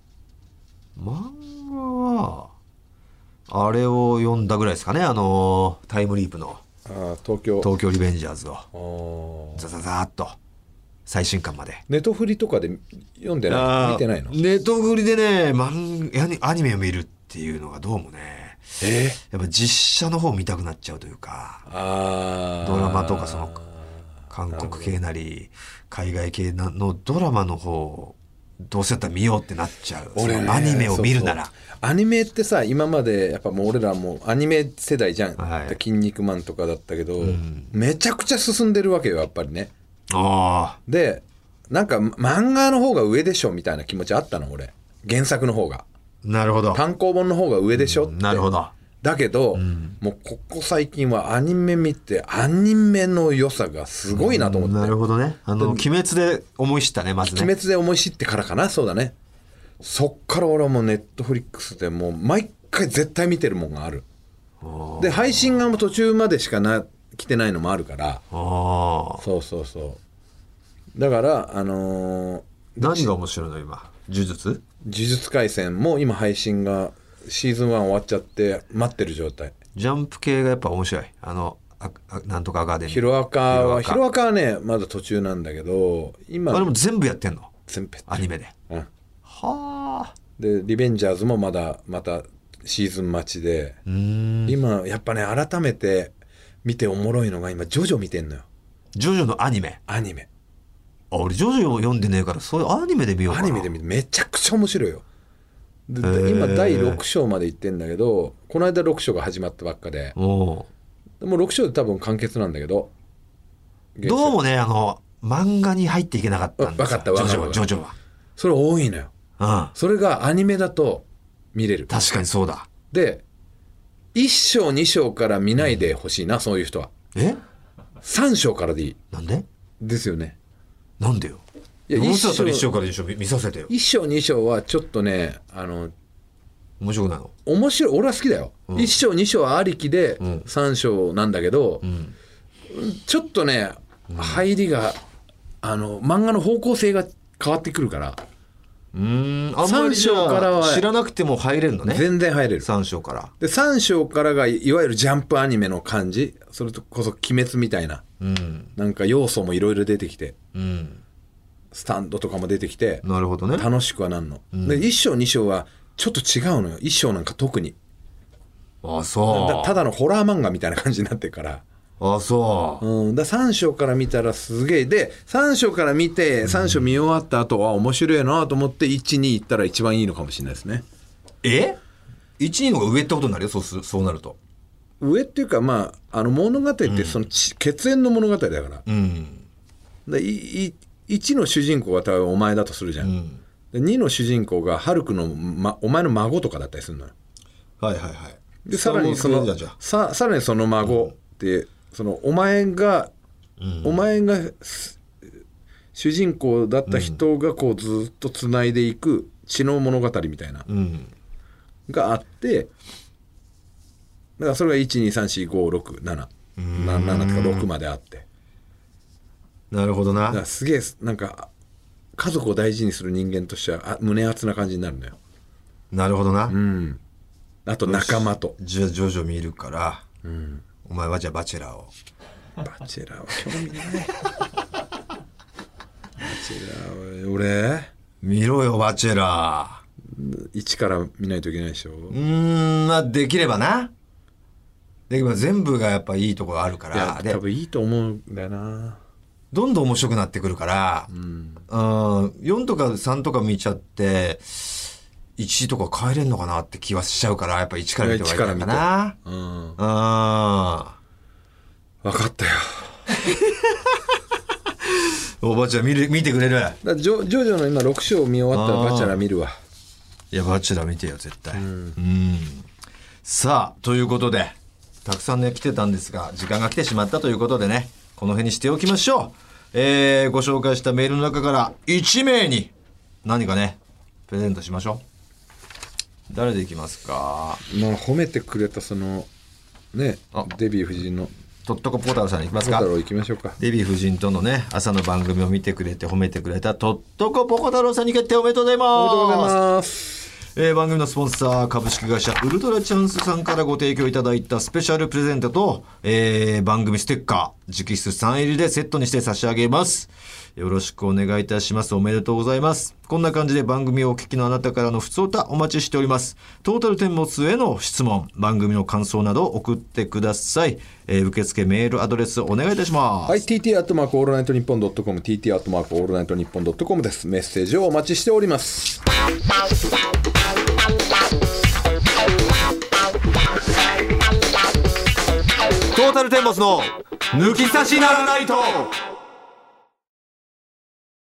漫画はあれを読んだぐらいですかね。あのタイムリープのあ東京東京リベンジャーズをザザザーっと最新刊まで。 ネトフリとかで読んでない見てないの？ ネトフリでね漫アニメを見るっていうのがどうもね、えー、やっぱ実写の方見たくなっちゃうというか、あドラマとかその韓国系なり海外系のドラマの方どうせやったら見ようってなっちゃう。俺、ね、アニメを見るならそうそうアニメってさ今までやっぱもう俺らもアニメ世代じゃん、はい、筋肉マンとかだったけど、うん、めちゃくちゃ進んでるわけよやっぱりね。 あでなんか漫画の方が上でしょみたいな気持ちあったの俺、原作の方が。 なるほど。 単行本の方が上でしょって、 うん、なるほど。 だけど、うん、もうここ最近はアニメ見てアニメの良さがすごいなと思って、 うん、なるほどね。あの鬼滅で思い知ったね、まずね。 鬼滅で思い知ってからかな。そうだね。そっから俺はもうネットフリックスでもう毎回絶対見てるもんがある。で配信がもう途中までしかな来てないのもあるから。あ、そうそうそう。だからあのー、 何が面白いの今？呪術？ 呪術廻戦も今配信がシーズンワン終わっちゃって待ってる状態。 ジャンプ系がやっぱ面白い。あのあなんとかアカデミー。 ヒロアカはヒロアカはねまだ途中なんだけど今。 あれも全部やってんの？ 全部アニメで。 うん。 はあ。 でリベンジャーズもまだまたシーズン待ちで。うーん。今やっぱね改めて見ておもろいのが今ジョジョ見てんのよ。 ジョジョのアニメ。 アニメ。 あ、俺ジョジョを読んでねえからそういうアニメで見ようかな。 アニメで見てめちゃくちゃ面白いよ。で今だいろく章まで行ってんだけどこの間ろく章が始まったばっかでもうろく章で多分完結なんだけどどうもねあの漫画に入っていけなかったんですよ。 分かった分かったジョジョはジョジョはそれ多いのよ、うん、それがアニメだと見れる。 確かにそうだ。 でいっ章に章から見ないでほしいな、うん、そういう人は。えさん章からでいい。 なんでですよね。 なんでよ。いや一章いっ章からいっ章 見, 見させてよ。 いっ章に章はちょっとねあの面白くないの？ 面白い。俺は好きだよ、うん、いっ章に章はありきでさん章なんだけど、うん、ちょっとね、うん、入りがあの漫画の方向性が変わってくるから。 うーんあんまりじゃあ知らなくても入れるのね。 全然入れる。 さん章からでさん章からがいわゆるジャンプアニメの感じ。それとこそ鬼滅みたいな、うん、なんか要素もいろいろ出てきて、うん、スタンドとかも出てきて。 なるほどね。 楽しくはなんの、うん、でいっ章に章はちょっと違うのよ。いっ章なんか特にあそうだ, ただのホラー漫画みたいな感じになってるから。 あそう、 うん、ださん章から見たらすげえ。でさん章から見てさん章見終わった後は面白いなと思っていちに行ったら一番いいのかもしれないですね。 え ?いちに の方が上ってことになるよ。そうすそうなると上っていうかまああの物語ってその、うん、血縁の物語だから、うん、でいいちの主人公が多分お前だとするじゃん、うん、でにの主人公がハルクの、ま、お前の孫とかだったりするのよ。 はいはいはい。 でさらにそのささらにその孫って、うん、そのお前が、うん、お前が主人公だった人がこうずっとつないでいく血の物語みたいな、うん、があってだからそれがいちにさんしごろくななななとかろくまであって。 なるほどな。 だからすげえなんか家族を大事にする人間としてはあ胸熱な感じになるのよ。 なるほどな、 うん、あと仲間とじゃあジョジョ見るから、うん、お前はじゃあバチェラーを。 バチェラーは興味ないバチェラーは俺見ろよバチェラー。一から見ないといけないでしょ。うーんまあできればな。できれば全部がやっぱいいところあるから。いや多分いいと思うんだよな。 どんどん面白くなってくるから、うん、あよんとかさんとか見ちゃっていちとか変えれんのかなって気はしちゃうからやっぱいちから見てはいいかな。うん、あ分かったよおばあちゃん見る見てくれる。 だジョジョジョの今ろく章見終わったらバチェラー見るわ。 いやバチェラー見てよ絶対、うんうん、さあということでたくさんね来てたんですが時間が来てしまったということでねこの辺にしておきましょう。えー、ご紹介したメールの中からいち名に何かねプレゼントしましょう。誰でいきますか。 まあ褒めてくれたそのねデヴィ夫人のとっとこポコ太郎さんに行きますか。 ポコ太郎行きましょうか。 デヴィ夫人とのね朝の番組を見てくれて褒めてくれたとっとこポコ太郎さんに決定おめでとうございます。 おめでとうございます。 えー、番組のスポンサー株式会社ウルトラチャンスさんからご提供いただいたスペシャルプレゼントと、えー、番組ステッカー直筆サイン入りでセットにして差し上げます。よろしくお願いいたします。おめでとうございます。こんな感じで番組をお聞きのあなたからのふつおたお待ちしております。トータルテンボスへの質問番組の感想など送ってください。えー、受付メールアドレスお願いいたします。 はい ティーティー アットマークオールナイトニッポンドットコム ティーティー アットマークオールナイトニッポンドットコムです。メッセージをお待ちしております。 トータルテンボスの抜き差しならないと。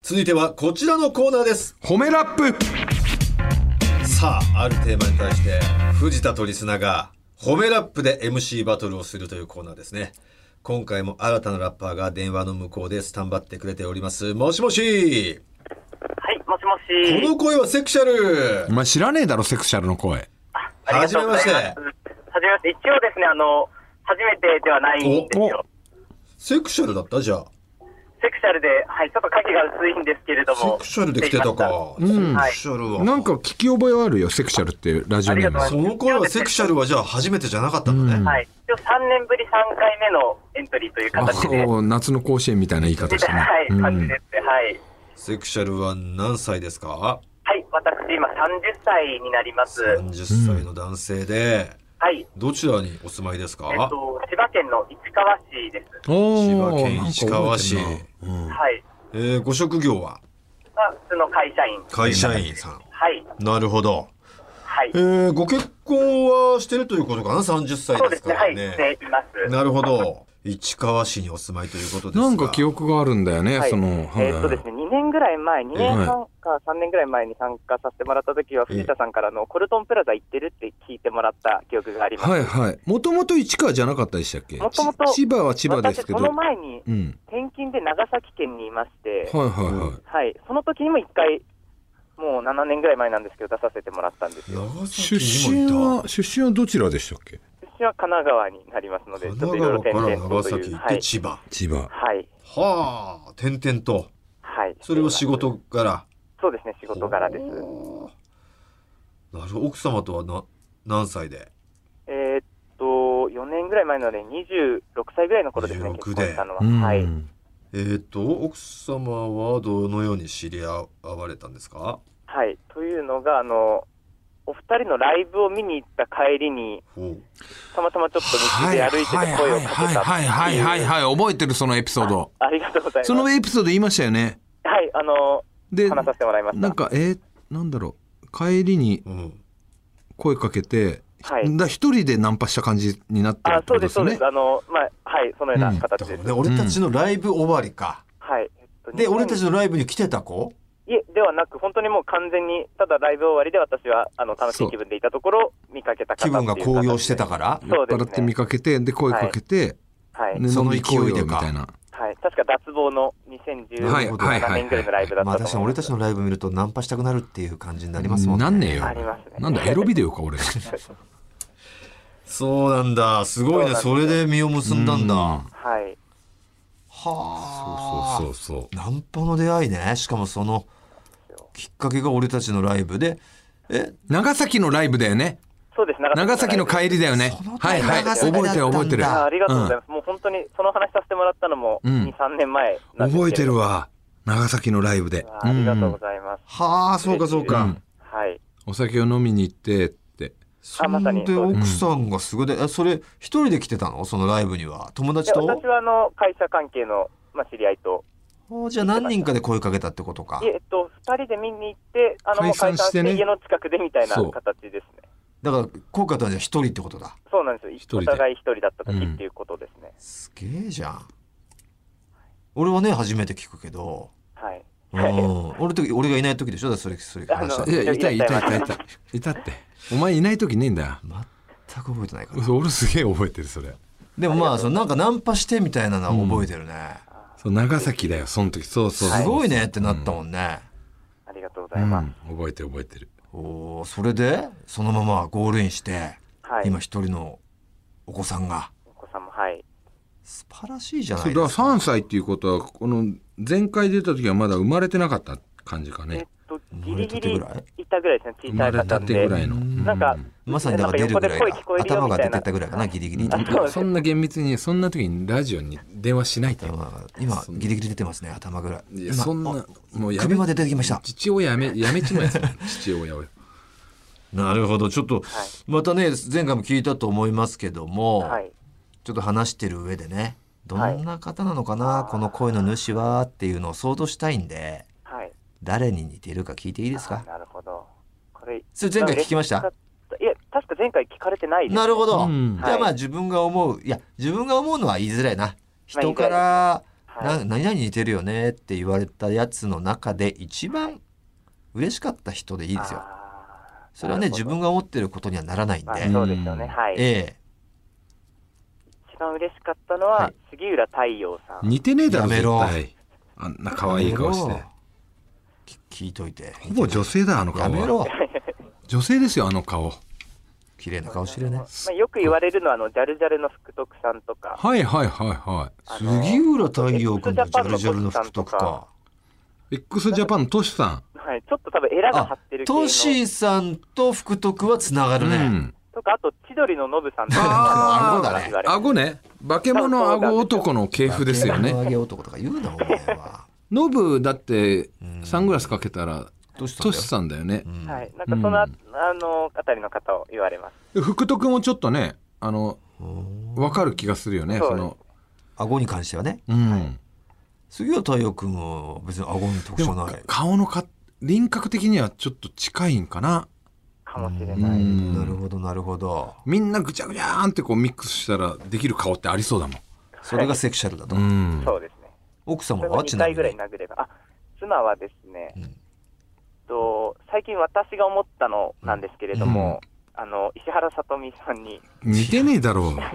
続いてはこちらのコーナーです。 褒めラップ。 さあ、あるテーマに対して藤田とリスナーが褒めラップで エムシー バトルをするというコーナーですね。今回も新たなラッパーが電話の向こうでスタンバってくれております。もしもし。 はい、もしもし。 この声はセクシャル。 お前知らねえだろ、セクシャルの声。 あ、はじめまして。はじめまして。一応ですね、あの初めてではないんですよ。 セクシャルだったじゃあ。 セクシャルで、はい、ちょっと影が薄いんですけれども。 セクシャルで来てたか。うん、セクシャルは。 なんか聞き覚えはあるよ、セクシャルってラジオネーム。 その声はセクシャルはじゃあ初めてじゃなかったんだね。うん、 はい。一応さんねんぶりさんかいめのエントリーという形で。 夏の甲子園みたいな言い方してね。 はい、うん、感じですね。はい。 セクシャルは何歳ですか？はい、私今さんじゅっさいになります。 さんじゅっさいの男性で。うん、はい。どちらにお住まいですか？ えっと、千葉県の市川市です。 千葉県市川市。 うん、はい。 えー、ご職業は？ まあ、普通の会社員。 会社員さん。 はい。 なるほど。 はい。 えー、ご結婚はしてるということかな？さんじゅっさいですからね。 そうですね。はい、しています。 なるほど。市川市にお住まいということですが。 なんか記憶があるんだよね、はい、その。 えー、っとですね、にねんぐらい前、にねんはんかさんねんぐらい前に参加させてもらった時は、藤田さんからのコルトンプラザ行ってるって聞いてもらった記憶があります。 はいはい。もともと市川じゃなかったでしたっけ？ もともと。 千葉は千葉ですけど。 私その前に、転勤で長崎県にいまして、 はいはいはい。 はい。その時にも一回、もうななねんぐらい前なんですけど、出させてもらったんですよ。 出身は、出身はどちらでしたっけ？ 出身は神奈川になりますので、 神奈川から長崎行って千葉。はい、 千葉。 はい。 はあ、転々と。 はい。 それは仕事柄。 そうですね、仕事柄です。なるほど。奥様とはな何歳で？ えー、っと、よねんぐらい前なので、にじゅうろくさいぐらいの頃ですね、結婚したのは。はい。 えー、っと、奥様はどのように知り合われたんですか？ はい。というのが、あの、お二人のライブを見に行った帰りに、たまたまちょっと道で歩いてて声をかけた。 はいはいはいはいはい、覚えてるそのエピソード。 あ, ありがとうございます。 そのエピソード言いましたよね。 はい、あの、で話させてもらいました。 なんか、えー、なんだろう、帰りに声かけて、はい、だ一人でナンパした感じになってるってことですね。 あ、そうです、そうです。あの、まあ、はい、そのような形です。 うん、で俺たちのライブ終わりか。 うん、はい。 えっと、で、俺たちのライブに来てた子？ いえ、ではなく、本当にもう完全に、ただライブ終わりで私はあの楽しい気分でいたところ、見かけた方っていう気分が高揚してたから、 酔っ払って見かけて、で、声かけて、 はい。 はい、その勢いでみたいな。 はい、確か脱帽のにせんじゅうななねんぐらいのライブだったと思います。まあ、 確かに俺たちのライブ見るとナンパしたくなるっていう感じになりますもんね。 なんねえよ。 ありますね。 なんだ、エロビデオか、俺。 そうなんだ。すごいね。それで実を結んだんだ。はい。 はあ。そうそうそうそう。 ナンパの出会いね。しかもそのきっかけが俺たちのライブで、え、 長崎のライブだよね。 そうです。 長崎の帰りだよね。はいはい。覚えてる覚えてる。 ありがとうございます。もう本当にその話させてもらったのもに、さんねんまえなんですけど。 覚えてるわ。長崎のライブで。 ありがとうございます。 はあ、そうかそうか。 はい。 お酒を飲みに行ってって。 そんで奥さんがすごいで、それ一人で来てたの？そのライブには友達と？ 私はあの会社関係のまあ知り合いと。 じゃあ何人かで声かけたってことか。 えっとふたりで見に行って、あのもう解散して家の近くでみたいな形ですね。 だから効果とはじゃあ一人ってことだ。 そうなんですよ。お互い一人だった時っていうことですね。 すげえじゃん。俺はね初めて聞くけど。 はい。 うん。俺と俺がいない時でしょ。だそれそれ話した。 いやいたいたいたいたいたって。お前いない時ねえんだよ。 全く覚えてないから。 俺すげえ覚えてるそれ。 でもまあそのなんかナンパしてみたいなのは覚えてるね。 そう長崎だよその時。そうそう。 すごいねってなったもんね。 ありがとうございます。 覚えてる覚えてる。 おお、それでそのままゴールインして、今一人のお子さんが。 お子さんもはい。 素晴らしいじゃないですか。 だからさんさいっていうことはこの前回出た時はまだ生まれてなかった感じかね。 えっとギリギリいたぐらいですね。小さい方で。 ぐらいの。 なんかまさにだから出るぐらいが頭が出てたぐらいかなギリギリ。 そんな厳密にそんな時にラジオに電話しないと。 今ギリギリ出てますね頭ぐらい。 いやそんなもう首まで出てきました。 父親やめやめちまえ父親を。 なるほど。ちょっとまたね前回も聞いたと思いますけども、ちょっと話してる上でねどんな方なのかなこの声の主はっていうのを想像したいんで、誰に似ているか聞いていいですか？ なるほど。これそれ前回聞きました？ いや確か前回聞かれてないです。 なるほど。じゃあまあ自分が思ういや自分が思うのは言いづらいな。人からはい、な何々似てるよねって言われたやつの中で一番嬉しかった人でいいですよ。それはね自分が思ってることにはならないんで、まあ、 そうですよね、はい、 ええ一番嬉しかったのは、はい、杉浦太陽さん。 似てねえだろ絶対。あんな可愛い顔して聞いといて。 ほぼ女性だあの顔は。やめろ女性ですよあの顔。 綺麗な顔してるね。まあ、よく言われるのはあのジャルジャルの福徳さんとか。 はいはいはいはい。 杉浦太陽君とジャルジャルの福徳か。 X ジャパンのトシさん。 はい、ちょっと多分エラが張ってる系の。 トシさんと福徳はつながるね。うん、 とかあと千鳥のノブさんとか。 ああ顎だね。顎ね。化け物顎男の系譜ですよね。 化け物顎男とか言うなお前は。 ノブだってサングラスかけたらトシさんだよね。 うん、はい。なんかその、うん、あのあたりの方を言われます。 福徳もちょっとねあの分かる気がするよね。その顎に関してはね。 うん。はい、 杉浦太陽君は別に顎に特徴ない。 顔のか輪郭的にはちょっと近いんかな。 かもしれない。 なるほどなるほど。 みんなぐちゃぐちゃーんってこうミックスしたらできる顔ってありそうだもん。 それがセクシャルだと。 うん、そうですね。 奥様はにかいぐらい殴れば。あ、妻はですね、うん、と最近私が思ったのなんですけれども、うん、あの石原さとみさんに似てねえだろう。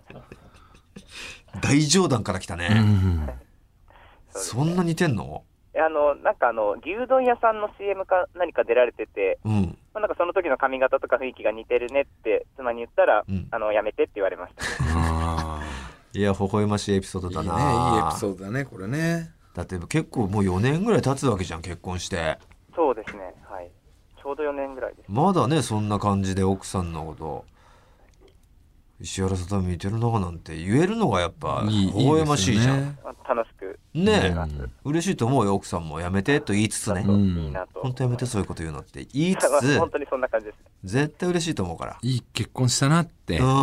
大冗談から来たね。うん、そんな似てんの？ あのなんかあの牛丼屋さんの シーエム か何か出られてて、うん、まあ、なんかその時の髪型とか雰囲気が似てるねって妻に言ったら、うん、あのやめてって言われました。 あいや微笑ましいエピソードだな。 いいね、いいエピソードだねこれね。 だって結構もうよねんぐらい経つわけじゃん結婚して。 そうですね、はい、ちょうどよねんぐらいです。 まだねそんな感じで奥さんのこと石原さとみ似てるのなんて言えるのがやっぱ微笑ましいじゃん。いい、ね、 楽しくねえ、嬉しいと思うよ。奥さんもやめてと言いつつね、うん、本当やめてそういうこと言うのって言いつつ本当にそんな感じです、ね、 絶対嬉しいと思うから。 いい結婚したなって、うん、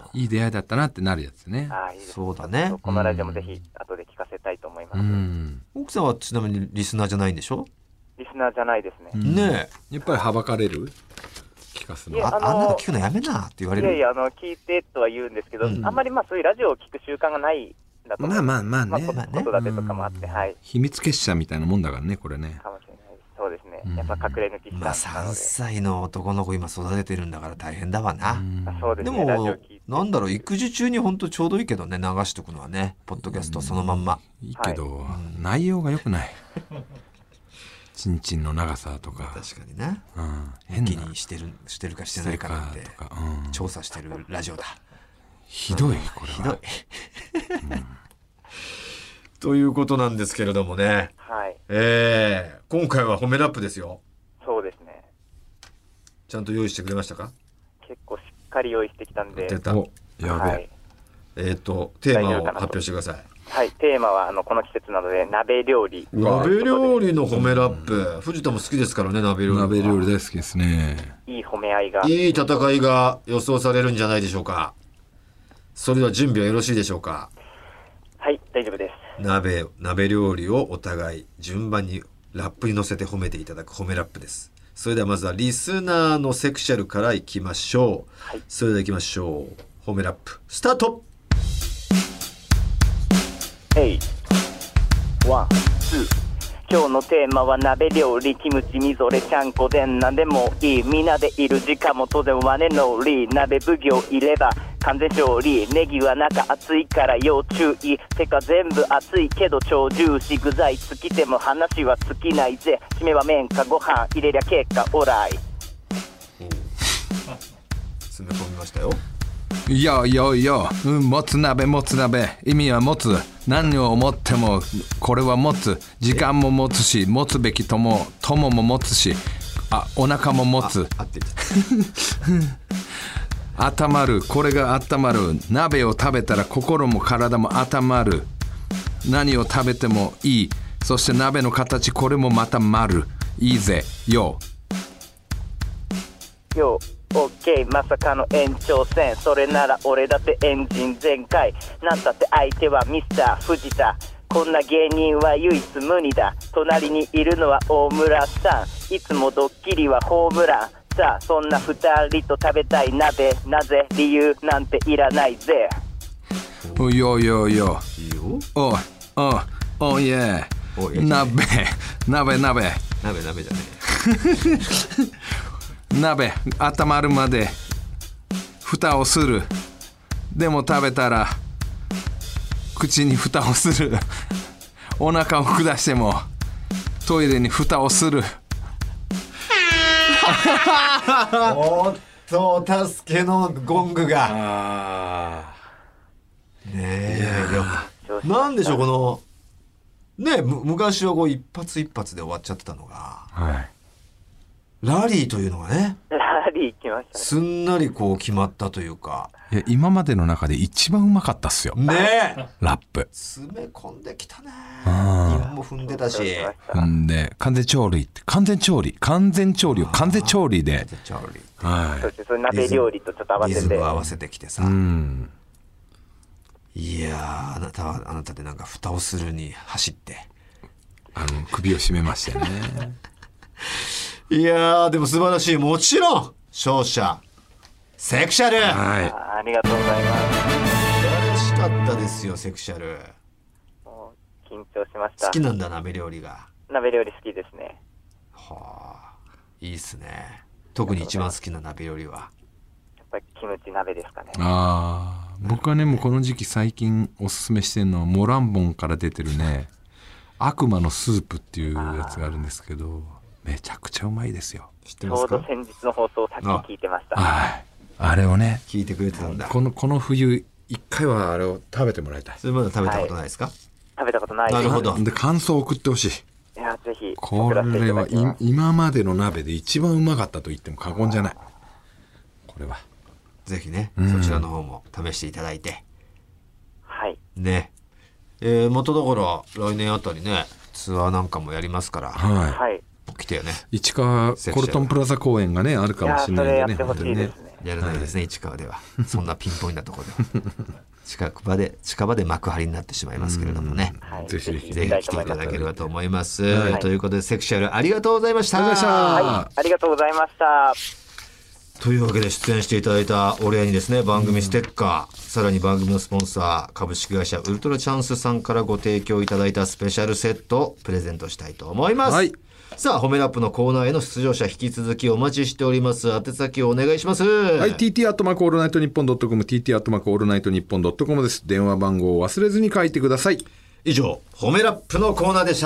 いい出会いだったなってなるやつね。 あ、いいです。 そうだね。 このラジオもぜひ後で聞かせたいと思います、うん、 奥さんはちなみにリスナーじゃないんでしょ？ リスナーじゃないですね、 うん、ねえやっぱりはばかれる聞かすの。 あ, あんなの聞くのやめなって言われる。 いやいやあの聞いてとは言うんですけど、うん、あんまりまあそういうラジオを聞く習慣がないだと思う。 まあまあまあね、 まあ、子育てとかもあって、はい、 秘密結社みたいなもんだからねこれね。 かもしれない。そうですね、やっぱ隠れ抜きしたなので、まあ、 さんさいの男の子今育ててるんだから大変だわな。うん、 そうですね、 でもなんだろう育児中に本当ちょうどいいけどね流しとくのはねポッドキャストそのまんま、 うん、いいけど、はい、内容が良くないちんちんの長さとか確かにね、うん、変にしてるしてるかしてないかなんてか、うん、調査してるラジオだ。 ひどい、うん、これはひどい、うん、ということなんですけれどもね、 はい、 えー、今回は褒めラップですよ。 そうですね。 ちゃんと用意してくれましたか？ 結構しっかり用意してきたんで。 出た。お、やべえ、はい、 えーとテーマを発表してください。 はい、テーマはあのこの季節なので鍋料理。 鍋料理の褒めラップ、うん、藤田も好きですからね鍋料理。 鍋料理大好きですね。 いい褒め合いがいい戦いが予想されるんじゃないでしょうか。それでは準備はよろしいでしょうか？ はい、大丈夫です。 鍋鍋料理をお互い順番にラップに乗せて褒めていただく褒めラップです。それではまずはリスナーのセクシャルからいきましょう、はい、それではいきましょう。褒めラップスタート。 えいワンツー。今日のテーマは鍋料理、キムチ、みぞれ、ちゃんこでんなんでもいい。みんなでいる時間も当然はねのり。鍋奉行いれば完全勝利。ネギは中熱いから要注意。てか全部熱いけど超ジューシー。具材尽きても話は尽きないぜ。締めは麺かご飯入れりゃ結果オーライ。 詰め込みましたよ。 いやいやいや、うん、もつ鍋もつ鍋、意味は持つ。何を思ってもこれは持つ。時間も持つし、持つべき友友も持つし、あ、お腹も持つ。あって温まる、これが温まる。鍋を食べたら心も体も温まる。何を食べてもいい。そして鍋の形、これもまた丸。いいぜよよ。オッケー、まさかの延長戦。それなら俺だってエンジン全開。なんたって相手はミスター藤田。こんな芸人は唯一無二だ。隣にいるのは大村さん。いつもドッキリはホームラン。さあそんな二人と食べたい鍋、なぜ理由なんていらないぜ。 およよよ。おいおおおいえ鍋鍋鍋鍋鍋じゃねえ鍋温まるまで蓋をする。でも食べたら口に蓋をする。お腹を下してもトイレに蓋をする。 おっとお助けのゴングが。ねえ、でもなんでしょう、このね、昔はこう一発一発で終わっちゃってたのが、はい、ラリーというのがね、 ラリー来ましたね。 すんなりこう決まったというか、 いや今までの中で一番うまかったっすよね。 ラップ詰め込んできたね。韻も踏んでたし、 踏んで完全調理って完全調理完全調理を完全調理で、 はい、そしてそれ鍋料理とちょっと合わせてリズムを合わせてきてさ、うん、いやー、あなたはあなたでなんか蓋をするに走ってあの首を絞めましたね。 いやーでも素晴らしい。もちろん勝者セクシャル、はい、 あ, ありがとうございます。 素晴らしかったですよセクシャル。 もう緊張しました。 好きなんだ鍋料理が。 鍋料理好きですね。 はあ、いいっすね。特に一番好きな鍋料理はやっぱりキムチ鍋ですかね。 ああ、僕はねもうこの時期最近おすすめしてるのはモランボンから出てるね悪魔のスープっていうやつがあるんですけど、めちゃくちゃうまいですよ。 知ってますか？ ちょうど先日の放送をさっき聞いてました。 はい、あれをね聞いてくれてたんだ。 このこの冬一回はあれを食べてもらいたい。 それまだ食べたことないですか？はい、 食べたことないです。 なるほど。 で感想を送ってほしい。 いやぜひ。 これは今までの鍋で一番うまかったと言っても過言じゃない。これはぜひね、うん、そちらの方も試していただいて、 はいね、えー、元だから来年あたりねツアーなんかもやりますから、 はい、 来てよね。 市川コルトンプラザ公演がねあるかもしれないんでね。 やってほしいですね。 やらないですね、はい、市川ではそんなピンポイントなところで近く場で近場で幕張になってしまいますけれどもね、 はい、 ぜひぜひぜひ来ていただければと思います、はい、ということでセクシャルありがとうございました。 はい、ありがとうございました。 というわけで出演していただいたお礼にですね、番組ステッカー、さらに番組のスポンサー株式会社ウルトラチャンスさんからご提供いただいたスペシャルセットをプレゼントしたいと思います、はい、さあ褒めラップのコーナーへの出場者引き続きお待ちしております。宛先をお願いします。 はい、ティーティー アットマークオールナイトニッポンドットコム ティーティー アットマークオールナイトニッポンドットコム です。電話番号を忘れずに書いてください。 以上褒めラップのコーナーでした。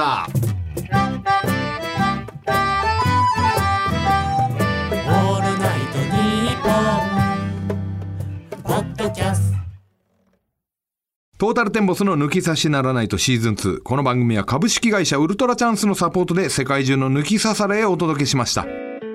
トータルテンボスの抜き差しならないとシーズンツー。この番組は株式会社ウルトラチャンスのサポートで世界中の抜き差されへお届けしました。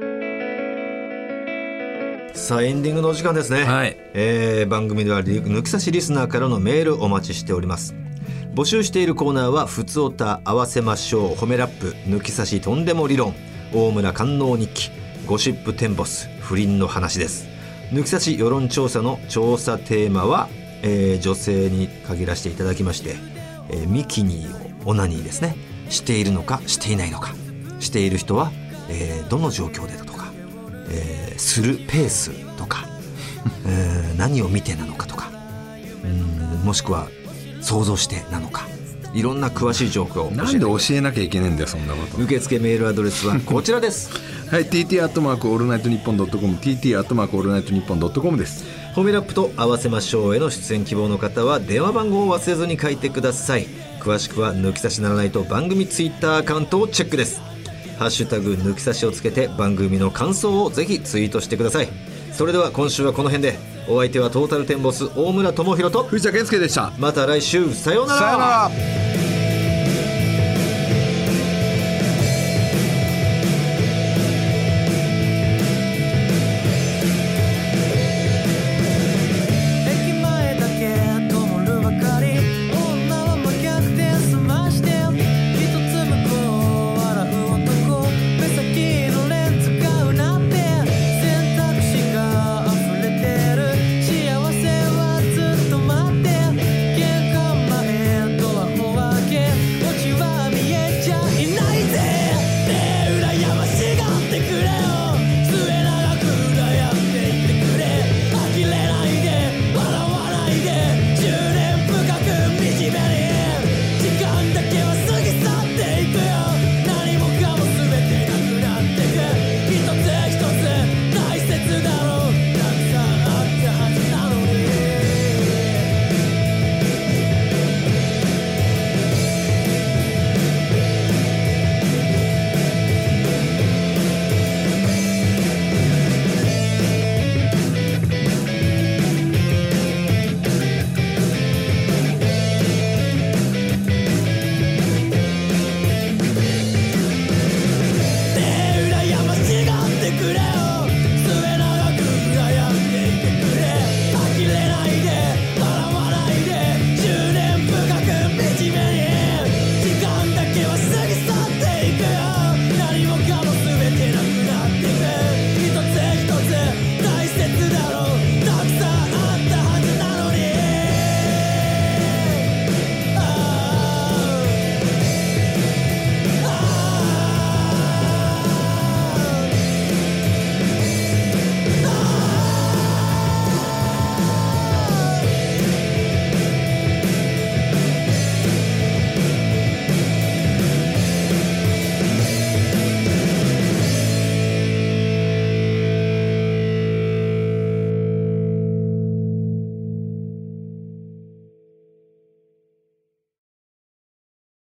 さあエンディングのお時間ですね、はい、えー、番組では抜き差しリスナーからのメールお待ちしております。募集しているコーナーはふつおた合わせましょう、褒めラップ、抜き差しとんでも理論、大村官能日記、ゴシップテンボス、不倫の話です。抜き差し世論調査の調査テーマはえー、女性に限らせていただきまして、えー、ミキニーをオナニーですね、しているのかしていないのか、している人は、えー、どの状況でだとか、えー、するペースとか、えー、何を見てなのかとか、うんもしくは想像してなのか、いろんな詳しい状況を教えてください。 なんで教えなきゃいけないんだよそんなこと。 受付メールアドレスはこちらですはい、ティーティー アットマークオールナイトニッポンドットコム ティーティー アットマークオールナイトニッポンドットコムです。 褒めラップと合わせましょうへの出演希望の方は電話番号を忘れずに書いてください。詳しくは抜き差しならないと番組ツイッターアカウントをチェックです。ハッシュタグ抜き差しをつけて番組の感想をぜひツイートしてください。それでは今週はこの辺で。お相手はトータルテンボス大村智広と藤田健介でした。 また来週、さようなら。 さようなら。